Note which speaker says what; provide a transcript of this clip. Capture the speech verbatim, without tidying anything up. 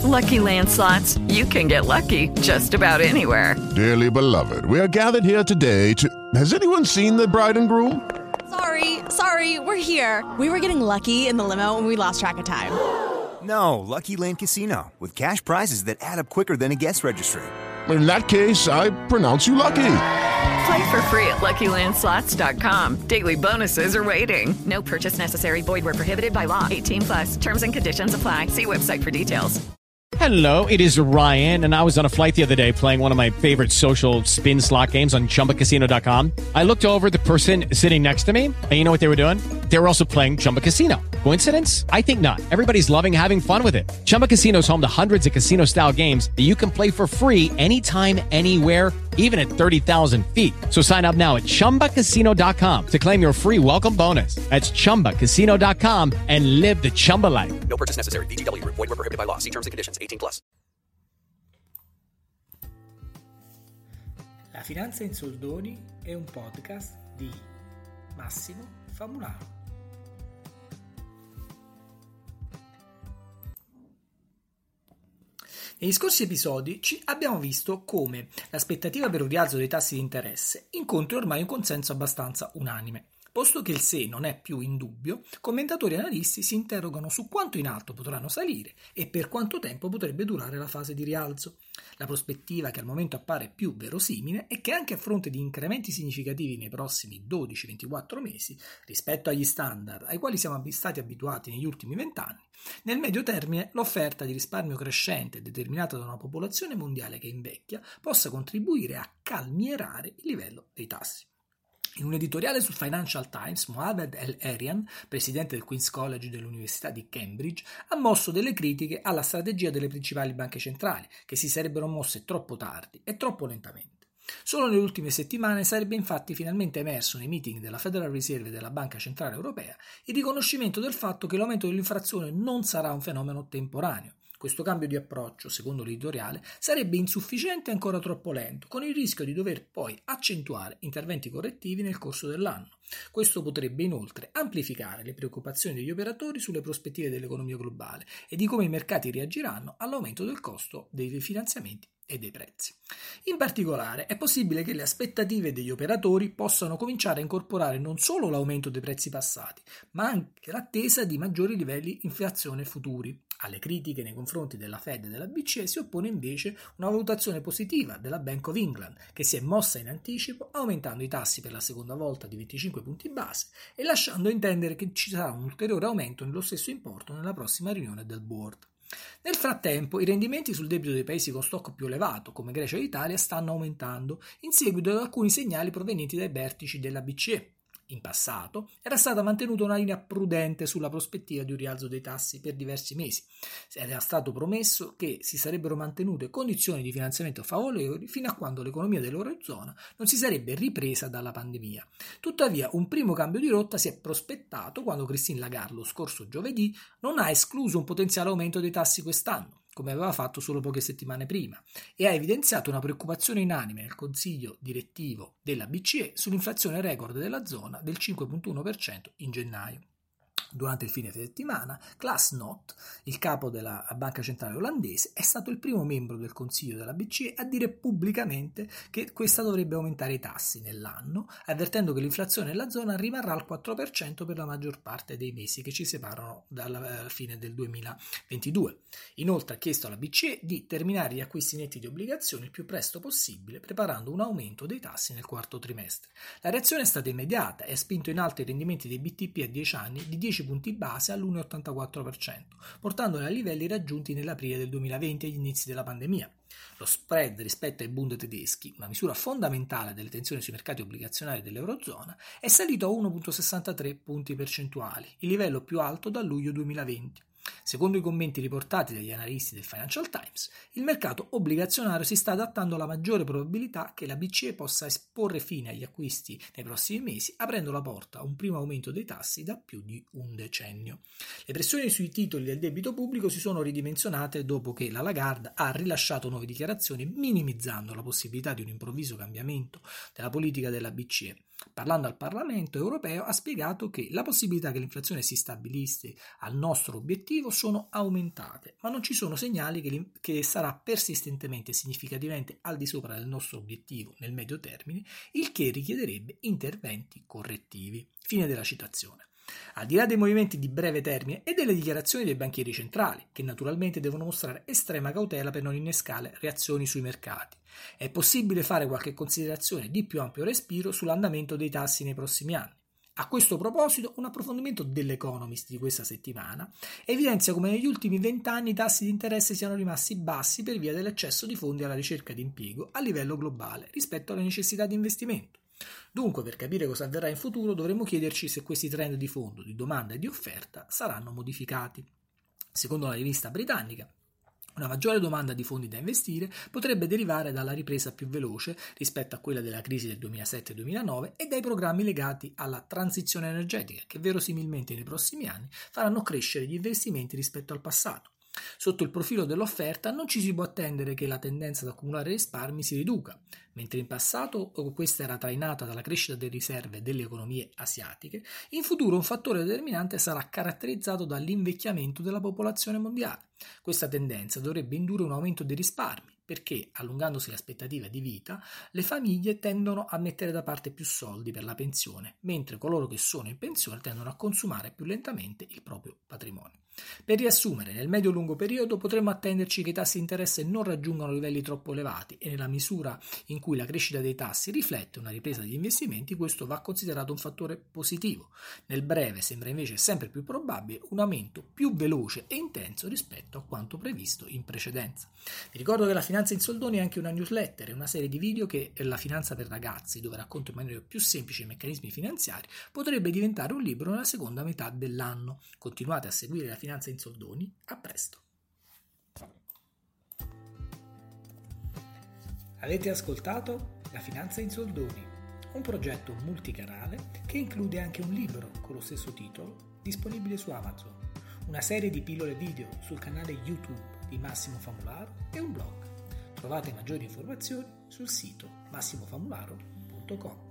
Speaker 1: Lucky Land Slots, you can get lucky just about anywhere.
Speaker 2: Dearly beloved, we are gathered here today to... Has anyone seen the bride and groom?
Speaker 3: Sorry, sorry, we're here. We were getting lucky in the limo and we lost track of time.
Speaker 4: No, Lucky Land Casino, with cash prizes that add up quicker than a guest registry.
Speaker 2: In that case, I pronounce you lucky.
Speaker 1: Play for free at Lucky Land Slots dot com. Daily bonuses are waiting. No purchase necessary. Void where prohibited by law. eighteen plus. Terms and conditions apply. See website for details.
Speaker 5: Hello, it is Ryan, and I was on a flight the other day playing one of my favorite social spin slot games on Chumba Casino dot com. I looked over at the person sitting next to me, and you know what they were doing? They were also playing Chumba Casino. Coincidence? I think not. Everybody's loving having fun with it. Chumba Casino is home to hundreds of casino-style games that you can play for free anytime, anywhere, even at thirty thousand feet. So sign up now at Chumba Casino dot com to claim your free welcome bonus. That's Chumba Casino dot com and live the Chumba life.
Speaker 6: No purchase necessary. V G W. Void where prohibited by law. See terms and conditions. eighteen plus.
Speaker 7: La Finanza in Soldoni è un podcast di Massimo Famularo. Negli scorsi episodi ci abbiamo visto come l'aspettativa per un rialzo dei tassi di interesse incontri ormai un consenso abbastanza unanime. Posto che il sé non è più in dubbio, commentatori e analisti si interrogano su quanto in alto potranno salire e per quanto tempo potrebbe durare la fase di rialzo. La prospettiva che al momento appare più verosimile è che anche a fronte di incrementi significativi nei prossimi dodici ventiquattro mesi rispetto agli standard ai quali siamo stati abituati negli ultimi vent'anni, nel medio termine l'offerta di risparmio crescente determinata da una popolazione mondiale che invecchia possa contribuire a calmierare il livello dei tassi. In un editoriale sul Financial Times, Mohamed El-Erian, presidente del Queen's College dell'Università di Cambridge, ha mosso delle critiche alla strategia delle principali banche centrali, che si sarebbero mosse troppo tardi e troppo lentamente. Solo nelle ultime settimane sarebbe infatti finalmente emerso nei meeting della Federal Reserve e della Banca Centrale Europea il riconoscimento del fatto che l'aumento dell'inflazione non sarà un fenomeno temporaneo. Questo cambio di approccio, secondo l'editoriale, sarebbe insufficiente e ancora troppo lento, con il rischio di dover poi accentuare interventi correttivi nel corso dell'anno. Questo potrebbe inoltre amplificare le preoccupazioni degli operatori sulle prospettive dell'economia globale e di come i mercati reagiranno all'aumento del costo dei finanziamenti e dei prezzi. In particolare, è possibile che le aspettative degli operatori possano cominciare a incorporare non solo l'aumento dei prezzi passati, ma anche l'attesa di maggiori livelli di inflazione futuri. Alle critiche nei confronti della Fed e della B C E si oppone invece una valutazione positiva della Bank of England, che si è mossa in anticipo aumentando i tassi per la seconda volta di venticinque punti base e lasciando intendere che ci sarà un ulteriore aumento nello stesso importo nella prossima riunione del board. Nel frattempo, i rendimenti sul debito dei paesi con stock più elevato, come Grecia e Italia, stanno aumentando in seguito ad alcuni segnali provenienti dai vertici della B C E. In passato era stata mantenuta una linea prudente sulla prospettiva di un rialzo dei tassi per diversi mesi. Era stato promesso che si sarebbero mantenute condizioni di finanziamento favorevoli fino a quando l'economia dell'Eurozona non si sarebbe ripresa dalla pandemia. Tuttavia, un primo cambio di rotta si è prospettato quando Christine Lagarde lo scorso giovedì non ha escluso un potenziale aumento dei tassi quest'anno, come aveva fatto solo poche settimane prima, e ha evidenziato una preoccupazione unanime nel consiglio direttivo della B C E sull'inflazione record della zona del cinque virgola uno per cento in gennaio. Durante il fine settimana, Klaas Knot, il capo della Banca Centrale Olandese, è stato il primo membro del Consiglio della B C E a dire pubblicamente che questa dovrebbe aumentare i tassi nell'anno, avvertendo che l'inflazione nella zona rimarrà al quattro per cento per la maggior parte dei mesi che ci separano dalla fine del duemilaventidue. Inoltre ha chiesto alla B C E di terminare gli acquisti netti di obbligazioni il più presto possibile, preparando un aumento dei tassi nel quarto trimestre. La reazione è stata immediata e ha spinto in alto i rendimenti dei B T P a dieci anni di dieci punti base all'uno virgola ottantaquattro per cento, portandoli a livelli raggiunti nell'aprile del duemilaventi agli inizi della pandemia. Lo spread rispetto ai Bund tedeschi, una misura fondamentale delle tensioni sui mercati obbligazionari dell'Eurozona, è salito a uno virgola sessantatré punti percentuali, il livello più alto dal luglio duemilaventi. Secondo i commenti riportati dagli analisti del Financial Times, il mercato obbligazionario si sta adattando alla maggiore probabilità che la B C E possa esporre fine agli acquisti nei prossimi mesi, aprendo la porta a un primo aumento dei tassi da più di un decennio. Le pressioni sui titoli del debito pubblico si sono ridimensionate dopo che la Lagarde ha rilasciato nuove dichiarazioni minimizzando la possibilità di un improvviso cambiamento della politica della B C E. Parlando al Parlamento europeo ha spiegato che la possibilità che l'inflazione si stabilissi al nostro obiettivo sono aumentate, ma non ci sono segnali che, che sarà persistentemente e significativamente al di sopra del nostro obiettivo nel medio termine, il che richiederebbe interventi correttivi. Fine della citazione. Al di là dei movimenti di breve termine e delle dichiarazioni dei banchieri centrali, che naturalmente devono mostrare estrema cautela per non innescare reazioni sui mercati, è possibile fare qualche considerazione di più ampio respiro sull'andamento dei tassi nei prossimi anni. A questo proposito, un approfondimento dell'Economist di questa settimana evidenzia come negli ultimi vent'anni i tassi di interesse siano rimasti bassi per via dell'eccesso di fondi alla ricerca di impiego a livello globale rispetto alle necessità di investimento. Dunque, per capire cosa avverrà in futuro, dovremo chiederci se questi trend di fondo, di domanda e di offerta saranno modificati. Secondo la rivista britannica, una maggiore domanda di fondi da investire potrebbe derivare dalla ripresa più veloce rispetto a quella della crisi del duemilasette duemilanove e dai programmi legati alla transizione energetica, che verosimilmente nei prossimi anni faranno crescere gli investimenti rispetto al passato. Sotto il profilo dell'offerta non ci si può attendere che la tendenza ad accumulare risparmi si riduca. Mentre in passato questa era trainata dalla crescita delle riserve delle economie asiatiche, in futuro un fattore determinante sarà caratterizzato dall'invecchiamento della popolazione mondiale. Questa tendenza dovrebbe indurre un aumento dei risparmi, perché, allungandosi l'aspettativa di vita, le famiglie tendono a mettere da parte più soldi per la pensione, mentre coloro che sono in pensione tendono a consumare più lentamente il proprio patrimonio. Per riassumere, nel medio-lungo periodo potremmo attenderci che i tassi di interesse non raggiungano livelli troppo elevati e nella misura in cui la crescita dei tassi riflette una ripresa degli investimenti, questo va considerato un fattore positivo. Nel breve sembra invece sempre più probabile un aumento più veloce e intenso rispetto a quanto previsto in precedenza. Vi ricordo che la Finanza in Soldoni è anche una newsletter e una serie di video che è La Finanza per ragazzi, dove racconto in maniera più semplice i meccanismi finanziari, potrebbe diventare un libro nella seconda metà dell'anno. Continuate a seguire la Finanza in Soldoni, a presto. Avete ascoltato La Finanza in Soldoni, un progetto multicanale che include anche un libro con lo stesso titolo disponibile su Amazon, una serie di pillole video sul canale YouTube di Massimo Famularo e un blog. Trovate maggiori informazioni sul sito massimo famularo punto com.